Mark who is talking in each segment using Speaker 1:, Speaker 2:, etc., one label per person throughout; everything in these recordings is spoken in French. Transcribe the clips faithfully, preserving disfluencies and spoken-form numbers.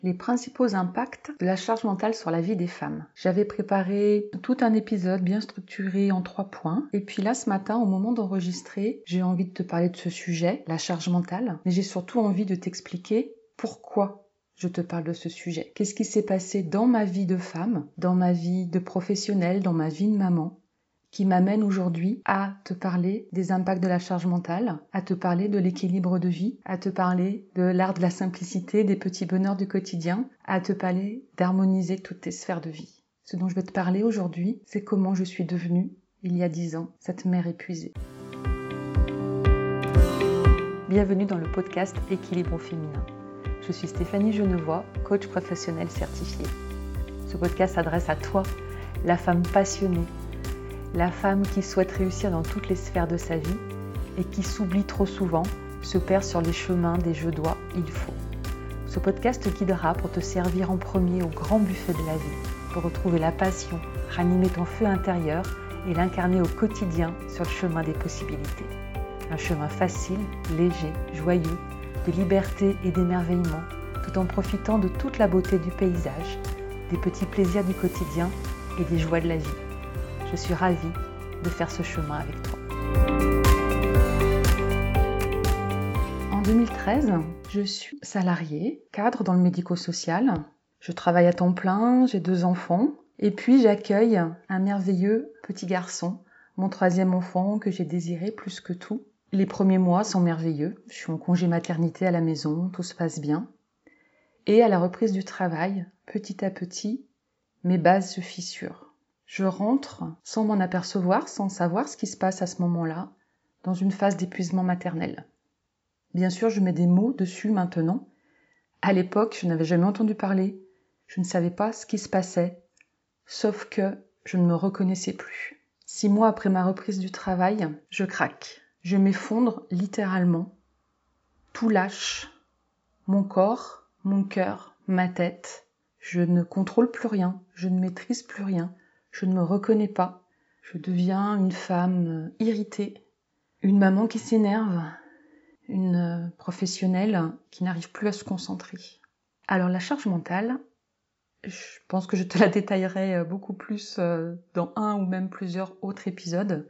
Speaker 1: les principaux impacts de la charge mentale sur la vie des femmes. J'avais préparé tout un épisode bien structuré en trois points. Et puis là, ce matin, au moment d'enregistrer, j'ai envie de te parler de ce sujet, la charge mentale. Mais j'ai surtout envie de t'expliquer pourquoi je te parle de ce sujet. Qu'est-ce qui s'est passé dans ma vie de femme, dans ma vie de professionnelle, dans ma vie de maman, qui m'amène aujourd'hui à te parler des impacts de la charge mentale, à te parler de l'équilibre de vie, à te parler de l'art de la simplicité, des petits bonheurs du quotidien, à te parler d'harmoniser toutes tes sphères de vie. Ce dont je vais te parler aujourd'hui, c'est comment je suis devenue, il y a dix ans, cette mère épuisée. Bienvenue dans le podcast Équilibre au féminin. Je suis Stéphanie Genevois, coach professionnel certifiée. Ce podcast s'adresse à toi, la femme passionnée, la femme qui souhaite réussir dans toutes les sphères de sa vie et qui s'oublie trop souvent, se perd sur les chemins des je dois, il faut. Ce podcast te guidera pour te servir en premier au grand buffet de la vie, pour retrouver la passion, ranimer ton feu intérieur et l'incarner au quotidien sur le chemin des possibilités. Un chemin facile, léger, joyeux, de liberté et d'émerveillement, tout en profitant de toute la beauté du paysage, des petits plaisirs du quotidien et des joies de la vie. Je suis ravie de faire ce chemin avec toi. En deux mille treize, je suis salariée, cadre dans le médico-social. Je travaille à temps plein, j'ai deux enfants. Et puis j'accueille un merveilleux petit garçon, mon troisième enfant que j'ai désiré plus que tout. Les premiers mois sont merveilleux. Je suis en congé maternité à la maison, tout se passe bien. Et à la reprise du travail, petit à petit, mes bases se fissurent. Je rentre, sans m'en apercevoir, sans savoir ce qui se passe à ce moment-là, dans une phase d'épuisement maternel. Bien sûr, je mets des mots dessus maintenant. À l'époque, je n'avais jamais entendu parler. Je ne savais pas ce qui se passait, sauf que je ne me reconnaissais plus. Six mois après ma reprise du travail, je craque. Je m'effondre littéralement. Tout lâche. Mon corps, mon cœur, ma tête. Je ne contrôle plus rien. Je ne maîtrise plus rien. Je ne me reconnais pas. Je deviens une femme irritée, une maman qui s'énerve, une professionnelle qui n'arrive plus à se concentrer. Alors la charge mentale, je pense que je te la détaillerai beaucoup plus dans un ou même plusieurs autres épisodes.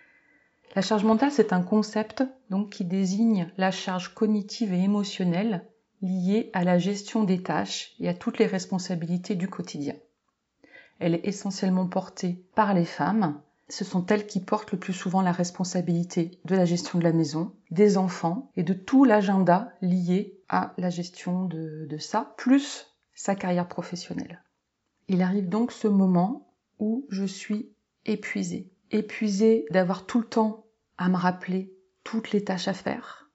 Speaker 1: La charge mentale, c'est un concept donc qui désigne la charge cognitive et émotionnelle liée à la gestion des tâches et à toutes les responsabilités du quotidien. Elle est essentiellement portée par les femmes. Ce sont elles qui portent le plus souvent la responsabilité de la gestion de la maison, des enfants et de tout l'agenda lié à la gestion de, de ça, plus sa carrière professionnelle. Il arrive donc ce moment où je suis épuisée. Épuisée d'avoir tout le temps à me rappeler toutes les tâches à faire.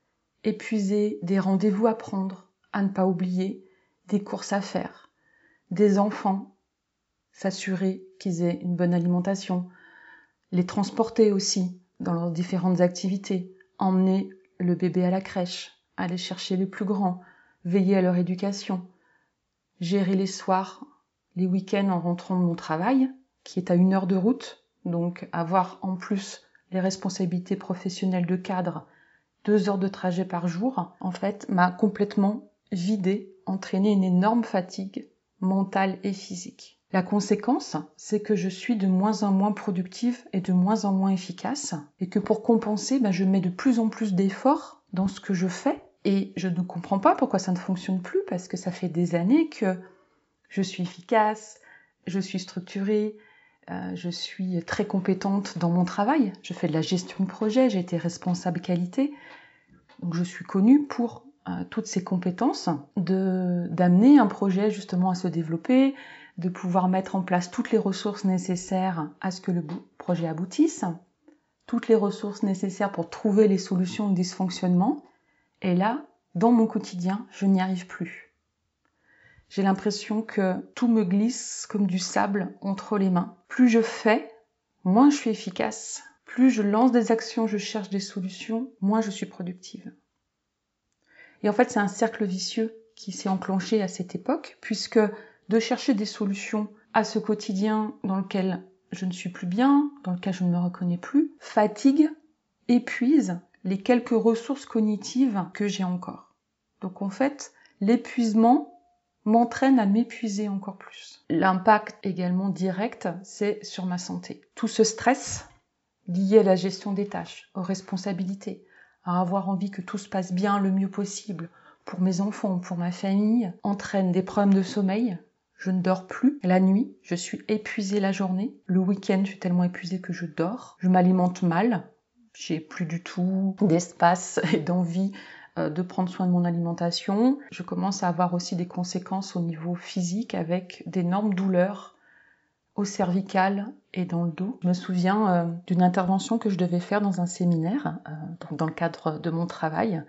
Speaker 1: Épuisée des rendez-vous à prendre, à ne pas oublier, des courses à faire, des enfants, s'assurer qu'ils aient une bonne alimentation, les transporter aussi dans leurs différentes activités, emmener le bébé à la crèche, aller chercher les plus grands, veiller à leur éducation, gérer les soirs, les week-ends en rentrant de mon travail, qui est à une heure de route, donc avoir en plus les responsabilités professionnelles de cadre, deux heures de trajet par jour, en fait, m'a complètement vidée, entraîné une énorme fatigue mentale et physique. La conséquence, c'est que je suis de moins en moins productive et de moins en moins efficace, et que pour compenser, ben, je mets de plus en plus d'efforts dans ce que je fais, et je ne comprends pas pourquoi ça ne fonctionne plus, parce que ça fait des années que je suis efficace, je suis structurée, euh, je suis très compétente dans mon travail, je fais de la gestion de projet, j'ai été responsable qualité, donc je suis connue pour euh, toutes ces compétences de, d'amener un projet justement à se développer, de pouvoir mettre en place toutes les ressources nécessaires à ce que le projet aboutisse, toutes les ressources nécessaires pour trouver les solutions aux dysfonctionnements. Et là, dans mon quotidien, je n'y arrive plus. J'ai l'impression que tout me glisse comme du sable entre les mains. Plus je fais, moins je suis efficace. Plus je lance des actions, je cherche des solutions, moins je suis productive. Et en fait, c'est un cercle vicieux qui s'est enclenché à cette époque, puisque de chercher des solutions à ce quotidien dans lequel je ne suis plus bien, dans lequel je ne me reconnais plus, fatigue, épuise les quelques ressources cognitives que j'ai encore. Donc en fait, l'épuisement m'entraîne à m'épuiser encore plus. L'impact également direct, c'est sur ma santé. Tout ce stress lié à la gestion des tâches, aux responsabilités, à avoir envie que tout se passe bien le mieux possible pour mes enfants, pour ma famille, entraîne des problèmes de sommeil. Je ne dors plus la nuit, je suis épuisée la journée. Le week-end, je suis tellement épuisée que je dors. Je m'alimente mal, j'ai plus du tout d'espace et d'envie de prendre soin de mon alimentation. Je commence à avoir aussi des conséquences au niveau physique avec d'énormes douleurs au cervical et dans le dos. Je me souviens euh, d'une intervention que je devais faire dans un séminaire, euh, donc dans le cadre de mon travail.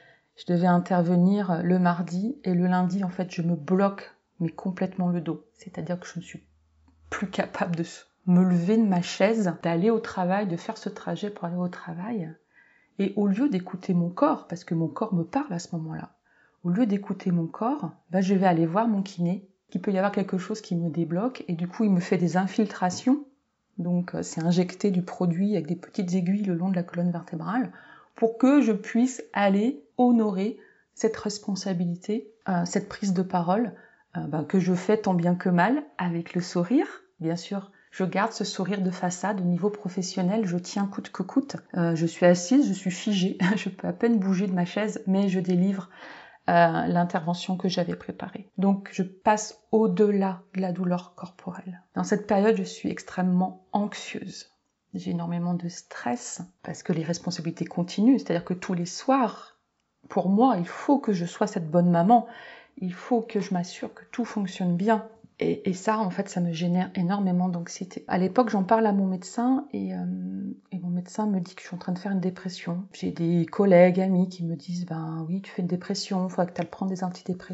Speaker 1: Je devais intervenir le mardi et le lundi, en fait, je me bloque mais complètement le dos. C'est-à-dire que je ne suis plus capable de me lever de ma chaise, d'aller au travail, de faire ce trajet pour aller au travail. Et au lieu d'écouter mon corps, parce que mon corps me parle à ce moment-là, au lieu d'écouter mon corps, bah, je vais aller voir mon kiné, qu'il peut y avoir quelque chose qui me débloque, et du coup il me fait des infiltrations, donc c'est injecter du produit avec des petites aiguilles le long de la colonne vertébrale, pour que je puisse aller honorer cette responsabilité, euh, cette prise de parole, euh, bah, que je fais tant bien que mal, avec le sourire, bien sûr. Je garde ce sourire de façade au niveau professionnel, je tiens coûte que coûte. Euh, je suis assise, je suis figée, je peux à peine bouger de ma chaise, mais je délivre euh, l'intervention que j'avais préparée. Donc je passe au-delà de la douleur corporelle. Dans cette période, je suis extrêmement anxieuse. J'ai énormément de stress parce que les responsabilités continuent, c'est-à-dire que tous les soirs, pour moi, il faut que je sois cette bonne maman, il faut que je m'assure que tout fonctionne bien. Et, et ça, en fait, ça me génère énormément d'anxiété. À l'époque, j'en parle à mon médecin et, euh, et mon médecin me dit que je suis en train de faire une dépression. J'ai des collègues, amis qui me disent « Ben oui, tu fais une dépression, il faudra que tu ailles prendre des antidépresseurs. »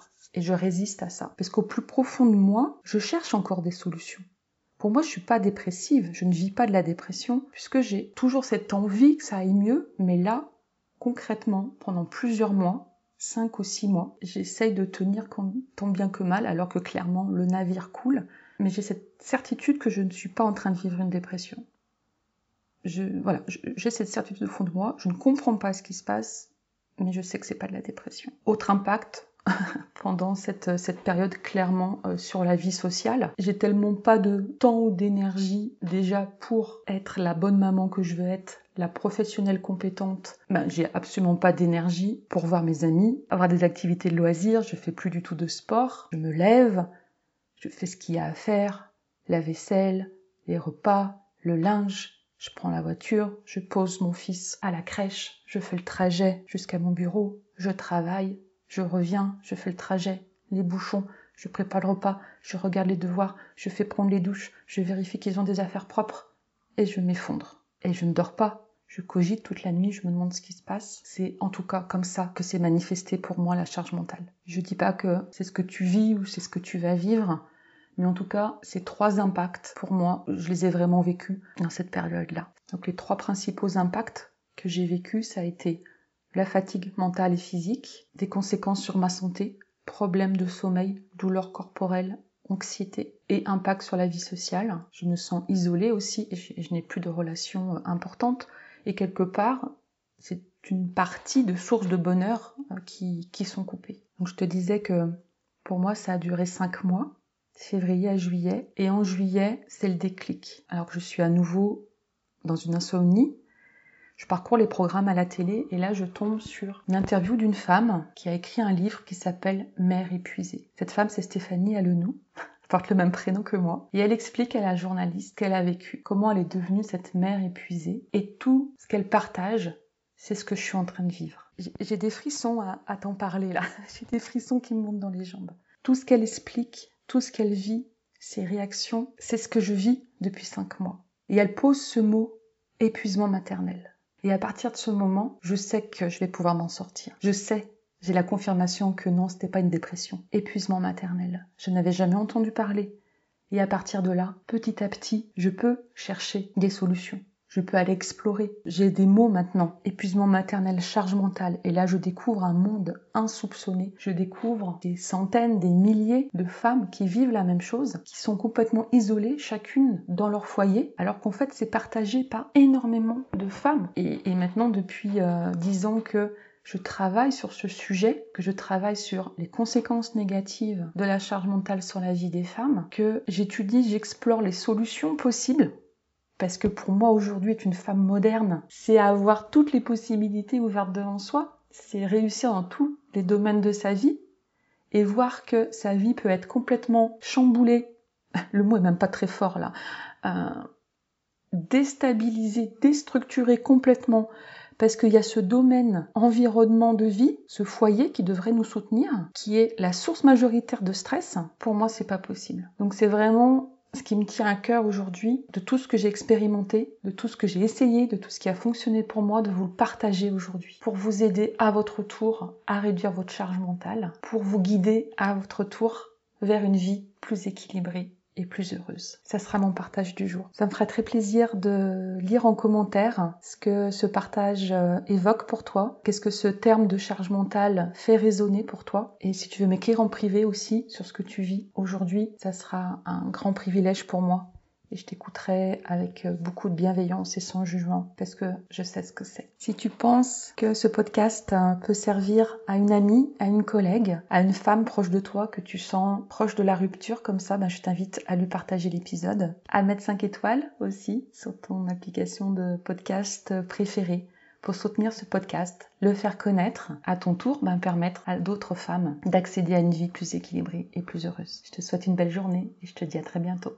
Speaker 1: Et je résiste à ça. Parce qu'au plus profond de moi, je cherche encore des solutions. Pour moi, je suis pas dépressive, je ne vis pas de la dépression, puisque j'ai toujours cette envie que ça aille mieux, mais là, concrètement, pendant plusieurs mois, cinq ou six mois, j'essaye de tenir tant bien que mal, alors que clairement le navire coule, mais j'ai cette certitude que je ne suis pas en train de vivre une dépression. Je, voilà, je, j'ai cette certitude au fond de moi, je ne comprends pas ce qui se passe, mais je sais que c'est pas de la dépression. Autre impact pendant cette, cette période clairement euh, sur la vie sociale, j'ai tellement pas de temps ou d'énergie déjà pour être la bonne maman que je veux être, la professionnelle compétente, ben, j'ai absolument pas d'énergie pour voir mes amis, avoir des activités de loisirs, je fais plus du tout de sport, je me lève, je fais ce qu'il y a à faire, la vaisselle, les repas, le linge, je prends la voiture, je pose mon fils à la crèche, je fais le trajet jusqu'à mon bureau, je travaille, je reviens, je fais le trajet, les bouchons, je prépare le repas, je regarde les devoirs, je fais prendre les douches, je vérifie qu'ils ont des affaires propres, et je m'effondre. Et je ne dors pas, je cogite toute la nuit, je me demande ce qui se passe. C'est en tout cas comme ça que c'est manifesté pour moi la charge mentale. Je dis pas que c'est ce que tu vis ou c'est ce que tu vas vivre, mais en tout cas, ces trois impacts, pour moi, je les ai vraiment vécus dans cette période-là. Donc les trois principaux impacts que j'ai vécus, ça a été la fatigue mentale et physique, des conséquences sur ma santé, problèmes de sommeil, douleurs corporelles, anxiété et impact sur la vie sociale. Je me sens isolée aussi et je, je n'ai plus de relations importantes. Et quelque part, c'est une partie de sources de bonheur qui, qui sont coupées. Donc je te disais que pour moi, ça a duré cinq mois, février à juillet. Et en juillet, c'est le déclic. Alors que je suis à nouveau dans une insomnie. Je parcours les programmes à la télé et là je tombe sur une interview d'une femme qui a écrit un livre qui s'appelle « Mère épuisée ». Cette femme, c'est Stéphanie Alenoux, elle porte le même prénom que moi. Et elle explique à la journaliste qu'elle a vécu, comment elle est devenue cette mère épuisée. Et tout ce qu'elle partage, c'est ce que je suis en train de vivre. J'ai des frissons à, à t'en parler là, j'ai des frissons qui me montent dans les jambes. Tout ce qu'elle explique, tout ce qu'elle vit, ses réactions, c'est ce que je vis depuis cinq mois. Et elle pose ce mot « épuisement maternel ». Et à partir de ce moment, je sais que je vais pouvoir m'en sortir. Je sais, j'ai la confirmation que non, c'était pas une dépression. Épuisement maternel. Je n'avais jamais entendu parler. Et à partir de là, petit à petit, je peux chercher des solutions. Je peux aller explorer. J'ai des mots maintenant. Épuisement maternel, charge mentale. Et là, je découvre un monde insoupçonné. Je découvre des centaines, des milliers de femmes qui vivent la même chose, qui sont complètement isolées, chacune dans leur foyer, alors qu'en fait, c'est partagé par énormément de femmes. Et, et maintenant, depuis euh, dix ans que je travaille sur ce sujet, que je travaille sur les conséquences négatives de la charge mentale sur la vie des femmes, que j'étudie, j'explore les solutions possibles. Parce que pour moi, aujourd'hui, être une femme moderne, c'est avoir toutes les possibilités ouvertes devant soi, c'est réussir dans tous les domaines de sa vie et voir que sa vie peut être complètement chamboulée, le mot est même pas très fort là, euh, déstabilisée, déstructurée complètement, parce qu'il y a ce domaine environnement de vie, ce foyer qui devrait nous soutenir, qui est la source majoritaire de stress. Pour moi, c'est pas possible. Donc c'est vraiment ce qui me tient à cœur aujourd'hui, de tout ce que j'ai expérimenté, de tout ce que j'ai essayé, de tout ce qui a fonctionné pour moi, de vous le partager aujourd'hui, pour vous aider à votre tour à réduire votre charge mentale, pour vous guider à votre tour vers une vie plus équilibrée et plus heureuse. Ça sera mon partage du jour. Ça me ferait très plaisir de lire en commentaire ce que ce partage évoque pour toi, qu'est-ce que ce terme de charge mentale fait résonner pour toi, et si tu veux m'écrire en privé aussi sur ce que tu vis aujourd'hui, ça sera un grand privilège pour moi. Et je t'écouterai avec beaucoup de bienveillance et sans jugement, parce que je sais ce que c'est. Si tu penses que ce podcast peut servir à une amie, à une collègue, à une femme proche de toi que tu sens proche de la rupture, comme ça, ben je t'invite à lui partager l'épisode, à mettre cinq étoiles aussi sur ton application de podcast préférée, pour soutenir ce podcast, le faire connaître, à ton tour, ben permettre à d'autres femmes d'accéder à une vie plus équilibrée et plus heureuse. Je te souhaite une belle journée et je te dis à très bientôt.